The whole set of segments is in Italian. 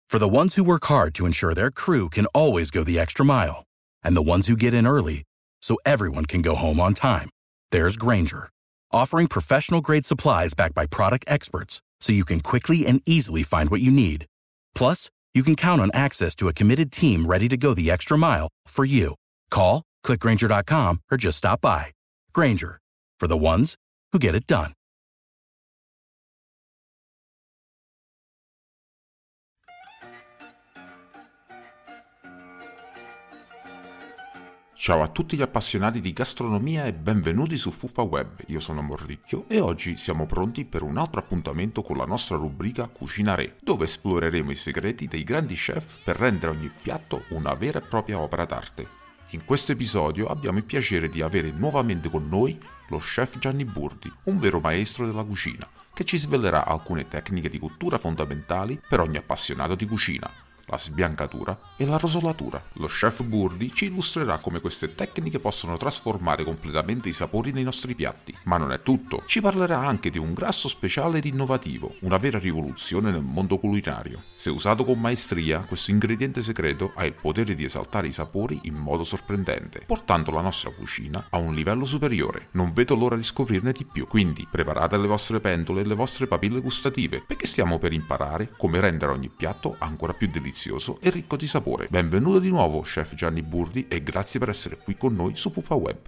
For the ones who work hard to ensure their crew can always go the extra mile, and the ones who get in early so everyone can go home on time, there's Grainger, offering professional-grade supplies backed by product experts so you can quickly and easily find what you need. Plus, you can count on access to a committed team ready to go the extra mile for you. Call, click Grainger.com, or just stop by. Grainger, for the ones who get it done. Ciao a tutti gli appassionati di gastronomia e benvenuti su Fuffa Web. Io sono Morricchio e oggi siamo pronti per un altro appuntamento con la nostra rubrica Cucina Re, dove esploreremo i segreti dei grandi chef per rendere ogni piatto una vera e propria opera d'arte. In questo episodio abbiamo il piacere di avere nuovamente con noi lo chef Gianni Burdi, un vero maestro della cucina, che ci svelerà alcune tecniche di cottura fondamentali per ogni appassionato di cucina: la sbiancatura e la rosolatura. Lo chef Burdi ci illustrerà come queste tecniche possono trasformare completamente i sapori nei nostri piatti. Ma non è tutto, ci parlerà anche di un grasso speciale ed innovativo, una vera rivoluzione nel mondo culinario. Se usato con maestria, questo ingrediente segreto ha il potere di esaltare i sapori in modo sorprendente, portando la nostra cucina a un livello superiore. Non vedo l'ora di scoprirne di più, quindi preparate le vostre pentole e le vostre papille gustative, perché stiamo per imparare come rendere ogni piatto ancora più delizioso e ricco di sapore. Benvenuto di nuovo, chef Gianni Burdi, e grazie per essere qui con noi su Fuffa Web.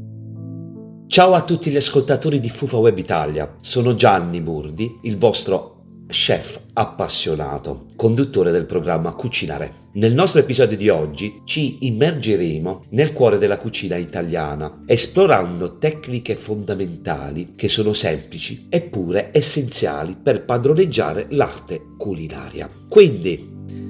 Ciao a tutti gli ascoltatori di Fuffa Web Italia, sono Gianni Burdi, il vostro chef appassionato, conduttore del programma Cucina Re. Nel nostro episodio di oggi ci immergeremo nel cuore della cucina italiana, esplorando tecniche fondamentali che sono semplici eppure essenziali per padroneggiare l'arte culinaria. Quindi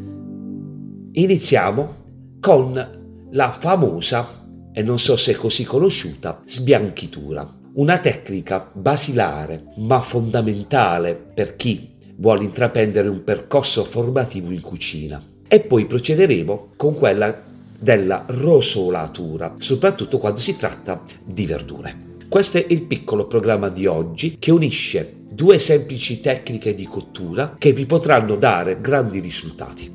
iniziamo con la famosa, e non so se è così conosciuta, sbianchitura. Una tecnica basilare ma fondamentale per chi vuole intraprendere un percorso formativo in cucina. E poi procederemo con quella della rosolatura, soprattutto quando si tratta di verdure. Questo è il piccolo programma di oggi che unisce due semplici tecniche di cottura che vi potranno dare grandi risultati.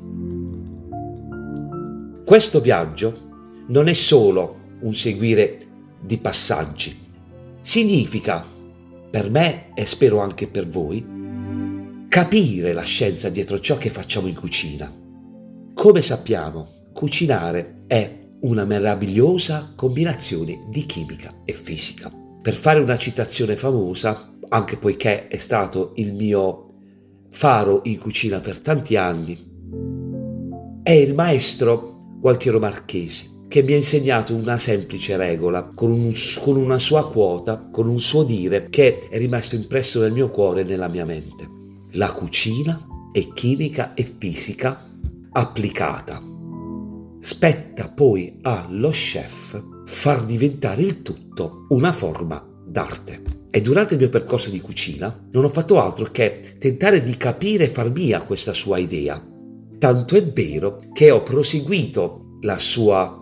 Questo viaggio non è solo un seguire di passaggi, significa, per me e spero anche per voi, capire la scienza dietro ciò che facciamo in cucina. Come sappiamo, cucinare è una meravigliosa combinazione di chimica e fisica. Per fare una citazione famosa, anche poiché è stato il mio faro in cucina per tanti anni, è il maestro Gualtiero Marchesi, che mi ha insegnato una semplice regola, con una sua quota, con un suo dire che è rimasto impresso nel mio cuore e nella mia mente. La cucina è chimica e fisica applicata. Spetta poi allo chef far diventare il tutto una forma d'arte. E durante il mio percorso di cucina non ho fatto altro che tentare di capire e far mia questa sua idea. Tanto è vero che ho proseguito la sua,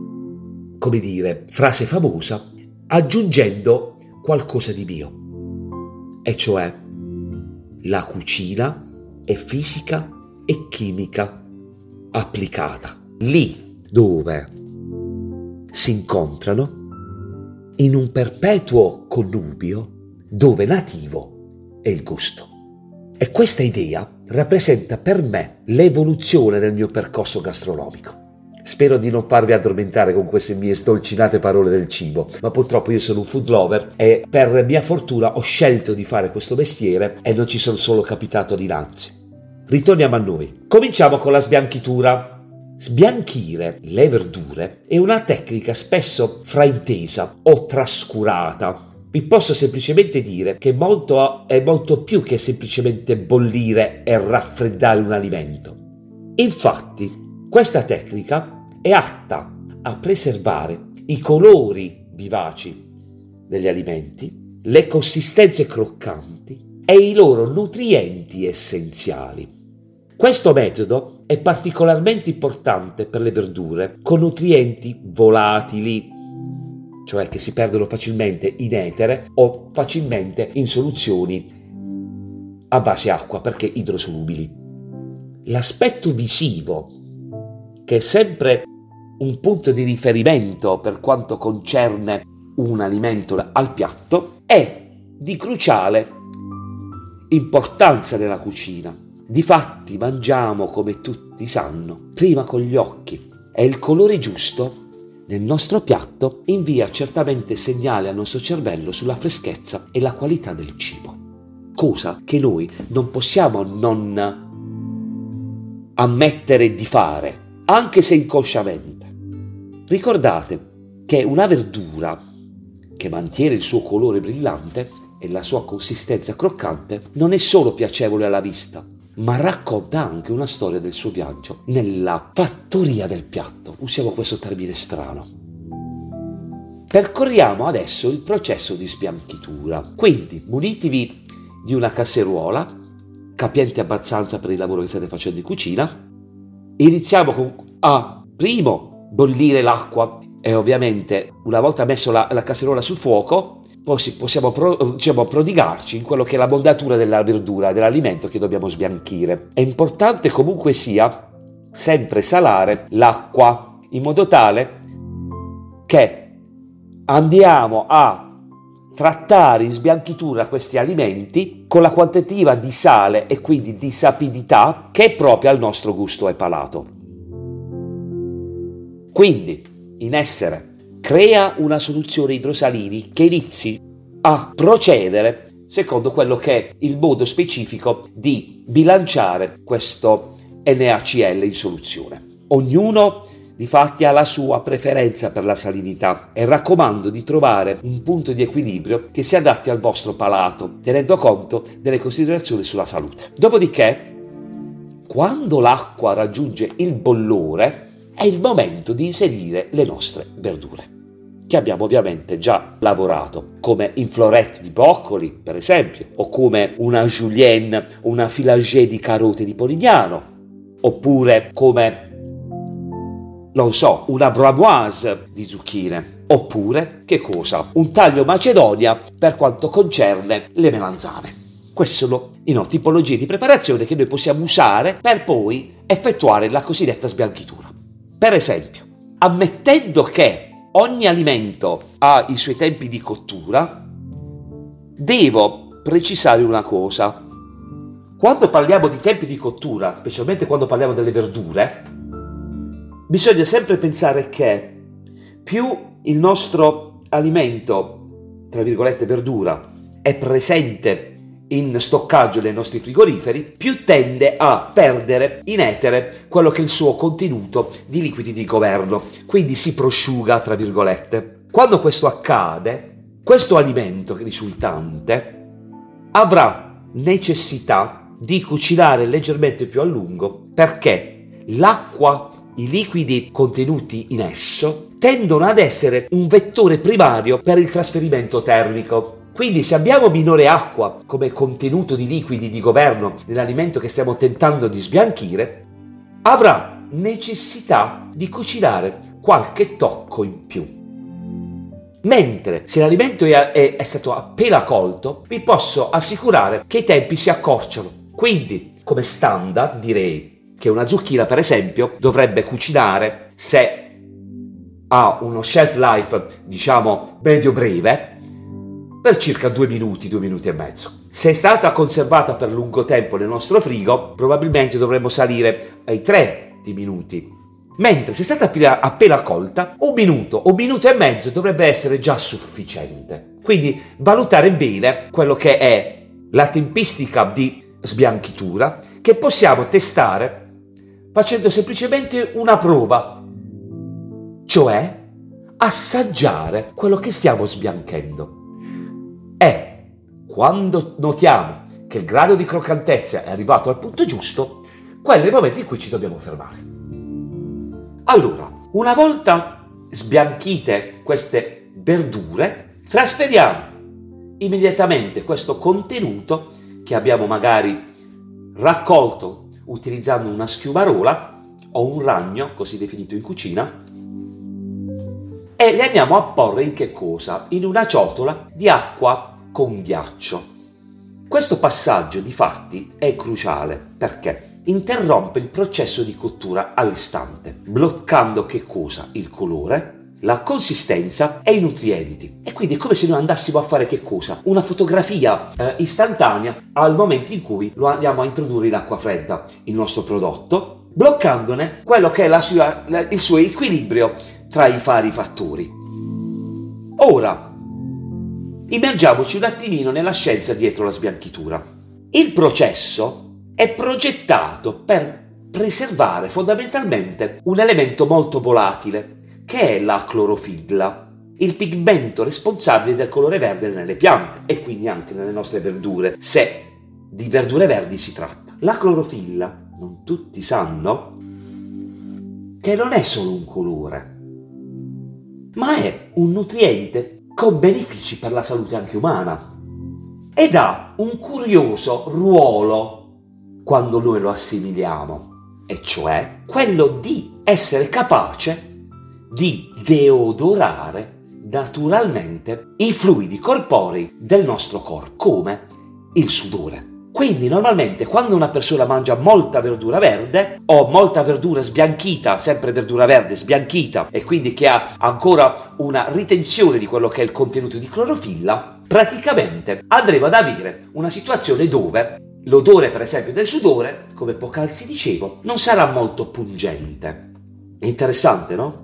frase famosa, aggiungendo qualcosa di mio. E cioè, la cucina è fisica e chimica applicata. Lì dove si incontrano in un perpetuo connubio dove nativo è il gusto. E questa idea rappresenta per me l'evoluzione del mio percorso gastronomico. Spero di non farvi addormentare con queste mie stolcinate parole del cibo, ma purtroppo io sono un food lover e per mia fortuna ho scelto di fare questo mestiere e non ci sono solo capitato dinanzi. Ritorniamo a noi. Cominciamo con la sbianchitura. Sbianchire le verdure è una tecnica spesso fraintesa o trascurata. Vi posso semplicemente dire che è molto più che semplicemente bollire e raffreddare un alimento. Infatti, questa tecnica è atta a preservare i colori vivaci degli alimenti, le consistenze croccanti e i loro nutrienti essenziali. Questo metodo è particolarmente importante per le verdure con nutrienti volatili, cioè che si perdono facilmente in etere o facilmente in soluzioni a base acqua perché idrosolubili. l'aspetto visivo, che è sempre un punto di riferimento per quanto concerne un alimento al piatto, è di cruciale importanza nella cucina. Difatti mangiamo, come tutti sanno, prima con gli occhi, e il colore giusto nel nostro piatto invia certamente segnale al nostro cervello sulla freschezza e la qualità del cibo, cosa che noi non possiamo non ammettere di fare, anche se inconsciamente. Ricordate che una verdura che mantiene il suo colore brillante e la sua consistenza croccante non è solo piacevole alla vista, ma racconta anche una storia del suo viaggio nella fattoria del piatto. Usiamo questo termine strano. Percorriamo adesso il processo di sbianchitura. Quindi munitevi di una casseruola capiente abbastanza per il lavoro che state facendo in cucina. Iniziamo a primo bollire l'acqua e ovviamente una volta messo la casseruola sul fuoco poi possiamo prodigarci in quello che è la mondatura della verdura, dell'alimento che dobbiamo sbianchire. È importante comunque sia sempre salare l'acqua in modo tale che andiamo a trattare in sbianchitura questi alimenti con la quantitativa di sale e quindi di sapidità che è propria al nostro gusto e palato. Quindi, in essere, crea una soluzione idrosalini che inizi a procedere secondo quello che è il modo specifico di bilanciare questo NaCl in soluzione. Ognuno difatti ha la sua preferenza per la salinità e raccomando di trovare un punto di equilibrio che si adatti al vostro palato, tenendo conto delle considerazioni sulla salute. Dopodiché, quando l'acqua raggiunge il bollore, è il momento di inserire le nostre verdure, che abbiamo ovviamente già lavorato, come in florette di broccoli, per esempio, o come una julienne, una filagée di carote di Polignano, oppure come, non so, una bramoise di zucchine, oppure, che cosa? Un taglio macedonia per quanto concerne le melanzane. Queste sono tipologie di preparazione che noi possiamo usare per poi effettuare la cosiddetta sbianchitura. Per esempio, ammettendo che ogni alimento ha i suoi tempi di cottura, devo precisare una cosa. Quando parliamo di tempi di cottura, specialmente quando parliamo delle verdure, bisogna sempre pensare che più il nostro alimento, tra virgolette verdura, è presente in stoccaggio nei nostri frigoriferi, più tende a perdere in etere quello che è il suo contenuto di liquidi di governo, quindi si prosciuga, tra virgolette. Quando questo accade, questo alimento risultante avrà necessità di cucinare leggermente più a lungo, perché l'acqua, i liquidi contenuti in esso, tendono ad essere un vettore primario per il trasferimento termico. Quindi se abbiamo minore acqua come contenuto di liquidi di governo nell'alimento che stiamo tentando di sbianchire, avrà necessità di cucinare qualche tocco in più. Mentre se l'alimento è stato appena colto, vi posso assicurare che i tempi si accorciano. Quindi, come standard, direi che una zucchina, per esempio, dovrebbe cucinare, se ha uno shelf life, diciamo, medio-breve, per circa 2 minuti e mezzo. Se è stata conservata per lungo tempo nel nostro frigo, probabilmente dovremmo salire ai 3 minuti. Mentre se è stata appena colta, 1 minuto e mezzo dovrebbe essere già sufficiente. Quindi valutare bene quello che è la tempistica di sbianchitura che possiamo testare facendo semplicemente una prova, cioè assaggiare quello che stiamo sbianchendo. E quando notiamo che il grado di croccantezza è arrivato al punto giusto, quello è il momento in cui ci dobbiamo fermare. Allora, una volta sbianchite queste verdure, trasferiamo immediatamente questo contenuto che abbiamo magari raccolto utilizzando una schiumarola o un ragno, così definito in cucina, e li andiamo a porre in che cosa? In una ciotola di acqua con ghiaccio. Questo passaggio, difatti, è cruciale. Perché? interrompe il processo di cottura all'istante, bloccando che cosa? Il colore, la consistenza e i nutrienti. E quindi è come se noi andassimo a fare che cosa? Una fotografia istantanea al momento in cui lo andiamo a introdurre in acqua fredda, il nostro prodotto, bloccandone quello che è il suo equilibrio tra i vari fattori. Ora, immergiamoci un attimino nella scienza dietro la sbianchitura. Il processo è progettato per preservare fondamentalmente un elemento molto volatile, che è la clorofilla, il pigmento responsabile del colore verde nelle piante e quindi anche nelle nostre verdure, se di verdure verdi si tratta. La clorofilla, non tutti sanno, che non è solo un colore, ma è un nutriente con benefici per la salute anche umana ed ha un curioso ruolo quando noi lo assimiliamo, e cioè quello di essere capace di deodorare naturalmente i fluidi corporei del nostro corpo, come il sudore. Quindi normalmente quando una persona mangia molta verdura verde o molta verdura sbianchita, sempre verdura verde sbianchita, e quindi che ha ancora una ritenzione di quello che è il contenuto di clorofilla, praticamente andremo ad avere una situazione dove l'odore, per esempio, del sudore, come poc'anzi dicevo, non sarà molto pungente. È interessante, no?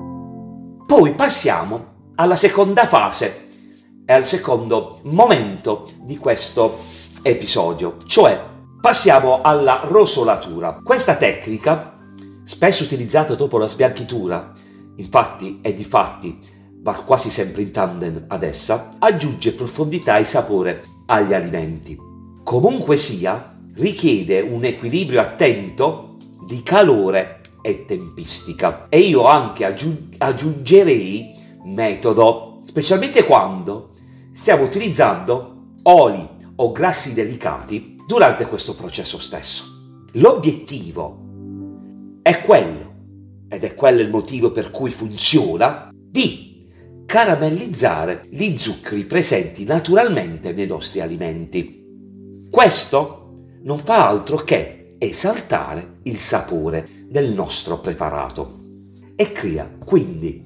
Poi passiamo alla seconda fase e al secondo momento di questo episodio, cioè passiamo alla rosolatura. Questa tecnica, spesso utilizzata dopo la sbianchitura, infatti e difatti va quasi sempre in tandem ad essa, aggiunge profondità e sapore agli alimenti. Comunque sia, richiede un equilibrio attento di calore e tempistica, e io anche aggiungerei metodo, specialmente quando stiamo utilizzando oli o grassi delicati durante questo processo stesso. L'obiettivo è quello, ed è quello il motivo per cui funziona, di caramellizzare gli zuccheri presenti naturalmente nei nostri alimenti. Questo non fa altro che esaltare il sapore del nostro preparato e crea quindi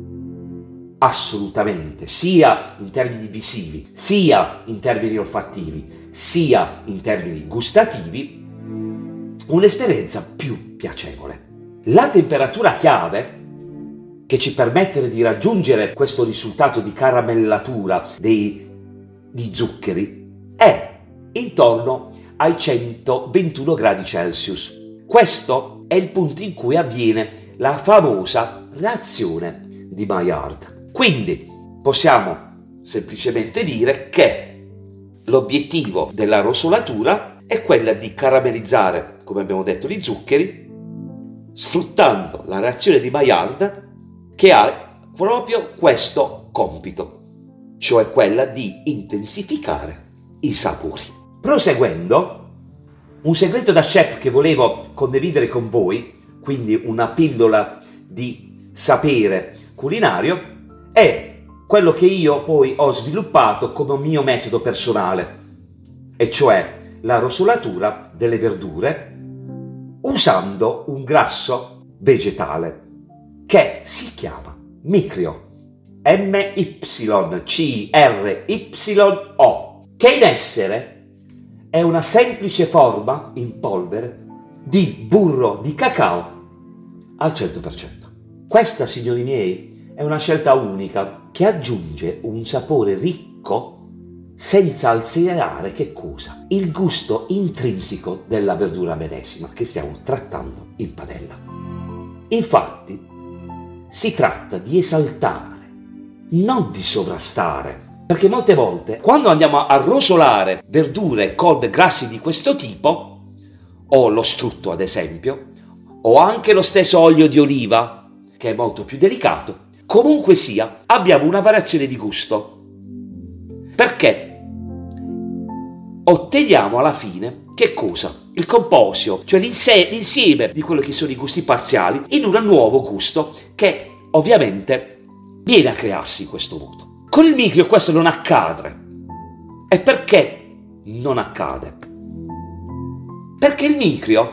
assolutamente, sia in termini visivi, sia in termini olfattivi, sia in termini gustativi, un'esperienza più piacevole. La temperatura chiave che ci permette di raggiungere questo risultato di caramellatura di zuccheri è intorno ai 121 gradi Celsius. Questo è il punto in cui avviene la famosa reazione di Maillard. Quindi possiamo semplicemente dire che l'obiettivo della rosolatura è quella di caramellizzare, come abbiamo detto, gli zuccheri, sfruttando la reazione di Maillard, che ha proprio questo compito, cioè quella di intensificare i sapori. Proseguendo, un segreto da chef che volevo condividere con voi, quindi una pillola di sapere culinario, è quello che io poi ho sviluppato come un mio metodo personale, e cioè la rosolatura delle verdure usando un grasso vegetale che si chiama micrio, MYCRYO, che in essere è una semplice forma in polvere di burro di cacao al 100%. Questa, signori miei, è una scelta unica che aggiunge un sapore ricco senza alterare che cosa? Il gusto intrinseco della verdura medesima che stiamo trattando in padella. Infatti, si tratta di esaltare, non di sovrastare. Perché molte volte, quando andiamo a rosolare verdure con grassi di questo tipo, o lo strutto ad esempio, o anche lo stesso olio di oliva, che è molto più delicato, comunque sia, abbiamo una variazione di gusto. Perché otteniamo alla fine che cosa? Il composio, cioè l'insieme di quello che sono i gusti parziali, in un nuovo gusto che ovviamente viene a crearsi in questo modo. Con il micrio questo non accade. E perché non accade? Perché il micrio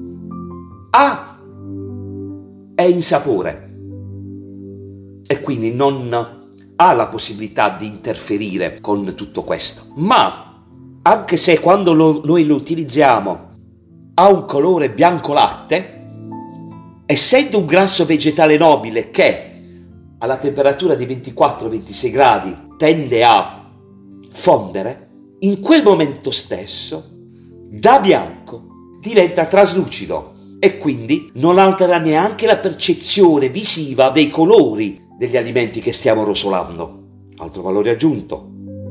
è in sapore e quindi non ha la possibilità di interferire con tutto questo. Ma anche se quando noi lo utilizziamo ha un colore bianco latte, essendo un grasso vegetale nobile che alla temperatura di 24-26 gradi tende a fondere, in quel momento stesso da bianco diventa traslucido e quindi non altera neanche la percezione visiva dei colori degli alimenti che stiamo rosolando. Altro valore aggiunto.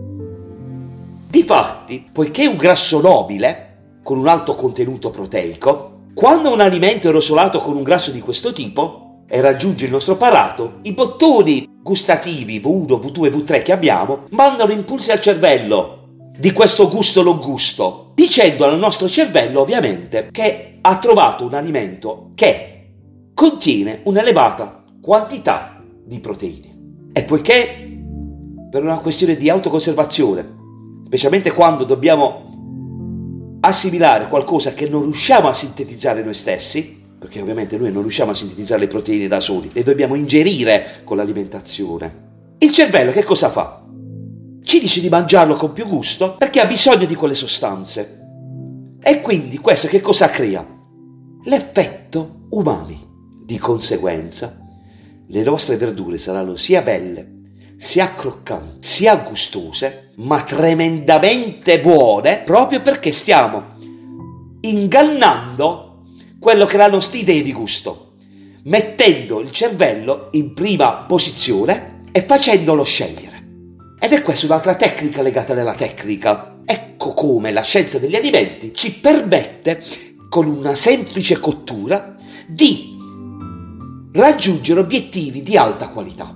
Difatti, poiché è un grasso nobile con un alto contenuto proteico, quando un alimento è rosolato con un grasso di questo tipo e raggiunge il nostro palato, i bottoni gustativi V1, V2 e V3 che abbiamo mandano impulsi al cervello di questo gusto non gusto, dicendo al nostro cervello ovviamente che ha trovato un alimento che contiene un'elevata quantità di proteine. E poiché per una questione di autoconservazione, specialmente quando dobbiamo assimilare qualcosa che non riusciamo a sintetizzare noi stessi, perché ovviamente noi non riusciamo a sintetizzare le proteine da soli, le dobbiamo ingerire con l'alimentazione. Il cervello che cosa fa? Ci dice di mangiarlo con più gusto perché ha bisogno di quelle sostanze. E quindi questo che cosa crea? L'effetto umami. Di conseguenza, le nostre verdure saranno sia belle, sia croccanti, sia gustose, ma tremendamente buone, proprio perché stiamo ingannando quello che è la nostra idea di gusto, mettendo il cervello in prima posizione e facendolo scegliere. Ed è questa un'altra tecnica legata alla tecnica. Ecco come la scienza degli alimenti ci permette, con una semplice cottura, di raggiungere obiettivi di alta qualità.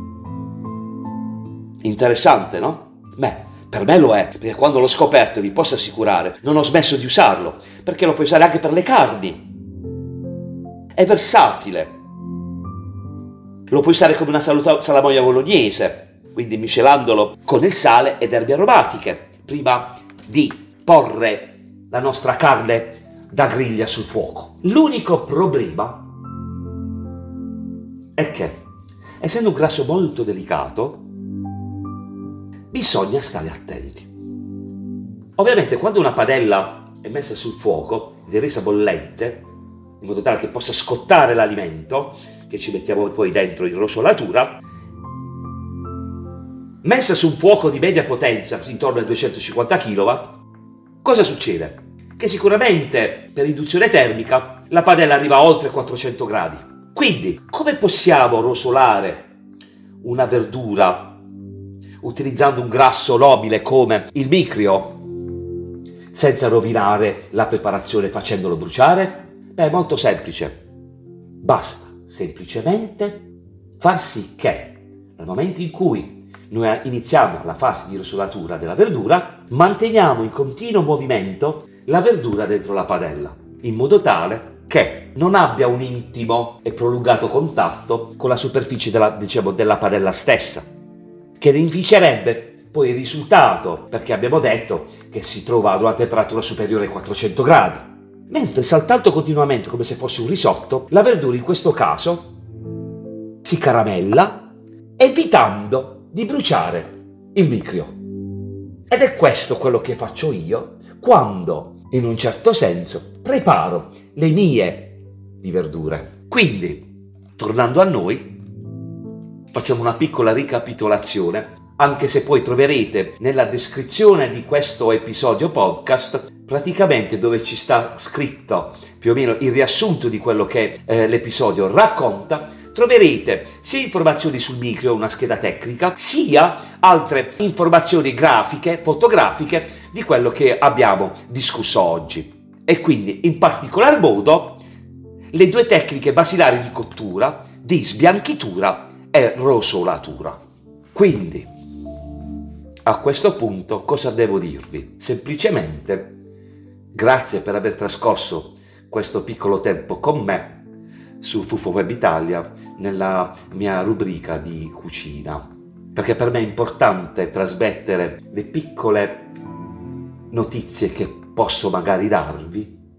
Interessante, no? Beh, per me lo è, perché quando l'ho scoperto, vi posso assicurare, non ho smesso di usarlo, perché lo puoi usare anche per le carni. È versatile. Lo puoi usare come una salamoia bolognese, quindi miscelandolo con il sale ed erbe aromatiche, prima di porre la nostra carne da griglia sul fuoco. L'unico problema è che, essendo un grasso molto delicato, bisogna stare attenti. Ovviamente quando una padella è messa sul fuoco ed è resa bollente, in modo tale che possa scottare l'alimento, che ci mettiamo poi dentro in rosolatura, messa su un fuoco di media potenza, intorno ai 250 kW, cosa succede? Che sicuramente per induzione termica la padella arriva a oltre 400 gradi. Quindi, come possiamo rosolare una verdura utilizzando un grasso nobile come il micrio senza rovinare la preparazione facendolo bruciare? Beh, è molto semplice. Basta semplicemente far sì che nel momento in cui noi iniziamo la fase di rosolatura della verdura, manteniamo in continuo movimento la verdura dentro la padella, in modo tale che non abbia un intimo e prolungato contatto con la superficie della padella stessa, che ne inficerebbe poi il risultato, perché abbiamo detto che si trova ad una temperatura superiore ai 400 gradi. Mentre saltando continuamente come se fosse un risotto, la verdura in questo caso si caramella, evitando di bruciare il micrio. Ed è questo quello che faccio io quando, in un certo senso, preparo le mie di verdure. Quindi, tornando a noi, facciamo una piccola ricapitolazione, anche se poi troverete nella descrizione di questo episodio podcast praticamente dove ci sta scritto più o meno il riassunto di quello che l'episodio racconta. Troverete sia informazioni sul micrio, una scheda tecnica, sia altre informazioni grafiche, fotografiche di quello che abbiamo discusso oggi. E quindi, in particolar modo, le due tecniche basilari di cottura, di sbianchitura e rosolatura. Quindi, a questo punto, cosa devo dirvi? Semplicemente, grazie per aver trascorso questo piccolo tempo con me su Fufo Web Italia nella mia rubrica di cucina, perché per me è importante trasmettere le piccole notizie che posso magari darvi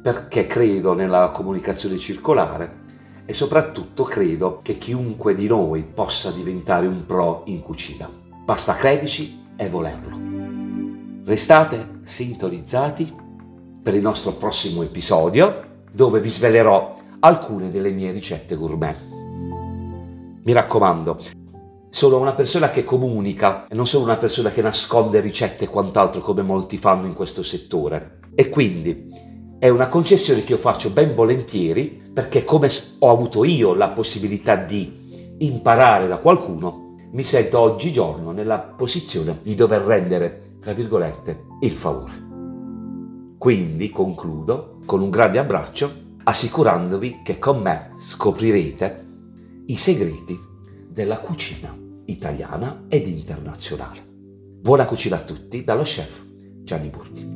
perché credo nella comunicazione circolare e soprattutto credo che chiunque di noi possa diventare un pro in cucina. Basta crederci e volerlo. Restate sintonizzati per il nostro prossimo episodio, dove vi svelerò alcune delle mie ricette gourmet. Mi raccomando, sono una persona che comunica e non sono una persona che nasconde ricette e quant'altro come molti fanno in questo settore. E quindi è una concessione che io faccio ben volentieri, perché come ho avuto io la possibilità di imparare da qualcuno, mi sento oggigiorno nella posizione di dover rendere, tra virgolette, il favore. Quindi concludo con un grande abbraccio, assicurandovi che con me scoprirete i segreti della cucina italiana ed internazionale. Buona cucina a tutti dallo chef Gianni Burdi.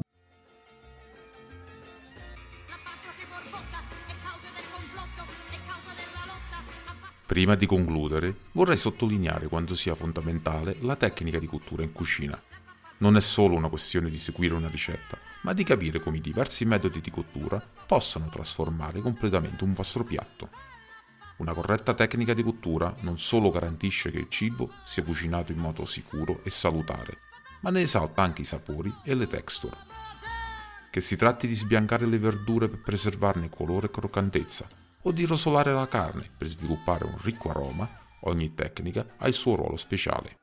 Prima di concludere, vorrei sottolineare quanto sia fondamentale la tecnica di cottura in cucina. Non è solo una questione di seguire una ricetta, ma di capire come i diversi metodi di cottura possano trasformare completamente un vostro piatto. Una corretta tecnica di cottura non solo garantisce che il cibo sia cucinato in modo sicuro e salutare, ma ne esalta anche i sapori e le texture. Che si tratti di sbiancare le verdure per preservarne colore e croccantezza, o di rosolare la carne per sviluppare un ricco aroma, ogni tecnica ha il suo ruolo speciale.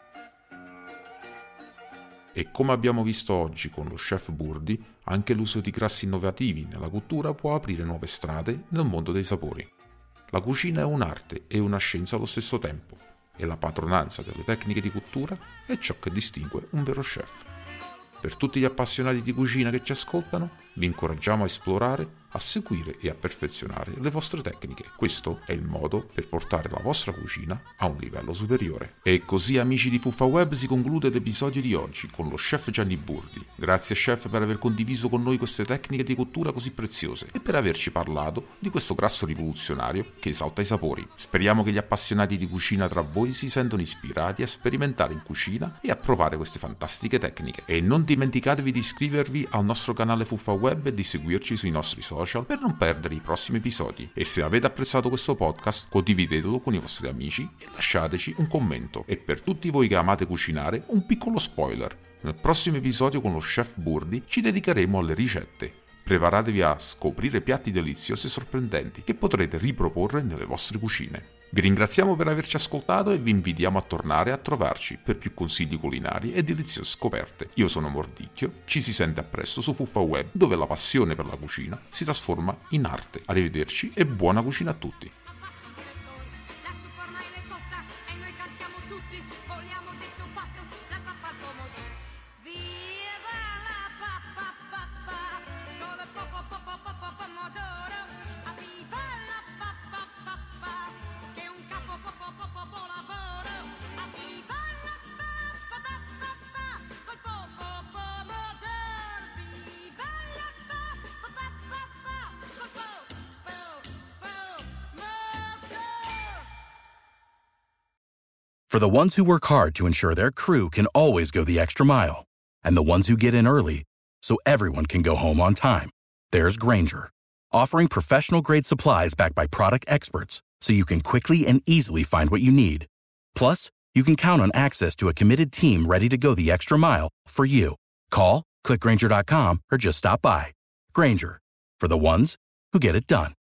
E come abbiamo visto oggi con lo chef Burdi, anche l'uso di grassi innovativi nella cottura può aprire nuove strade nel mondo dei sapori. La cucina è un'arte e una scienza allo stesso tempo, e la padronanza delle tecniche di cottura è ciò che distingue un vero chef. Per tutti gli appassionati di cucina che ci ascoltano, vi incoraggiamo a esplorare, a seguire e a perfezionare le vostre tecniche. Questo è il modo per portare la vostra cucina a un livello superiore. E così, amici di FuffaWeb, si conclude l'episodio di oggi con lo chef Gianni Burdi. Grazie chef per aver condiviso con noi queste tecniche di cottura così preziose e per averci parlato di questo grasso rivoluzionario che esalta i sapori. Speriamo che gli appassionati di cucina tra voi si sentano ispirati a sperimentare in cucina e a provare queste fantastiche tecniche. E non dimenticatevi di iscrivervi al nostro canale FuffaWeb e di seguirci sui nostri social per non perdere i prossimi episodi. E se avete apprezzato questo podcast, condividetelo con i vostri amici e lasciateci un commento. E per tutti voi che amate cucinare, un piccolo spoiler: nel prossimo episodio con lo chef Burdi ci dedicheremo alle ricette. Preparatevi a scoprire piatti deliziosi e sorprendenti che potrete riproporre nelle vostre cucine. Vi ringraziamo per averci ascoltato e vi invitiamo a tornare a trovarci per più consigli culinari e deliziose scoperte. Io sono Mordicchio, ci si sente a presto su FuffaWeb, dove la passione per la cucina si trasforma in arte. Arrivederci e buona cucina a tutti! For the ones who work hard to ensure their crew can always go the extra mile, and the ones who get in early so everyone can go home on time, there's Grainger, offering professional-grade supplies backed by product experts so you can quickly and easily find what you need. Plus, you can count on access to a committed team ready to go the extra mile for you. Call, click Grainger.com, or just stop by. Grainger, for the ones who get it done.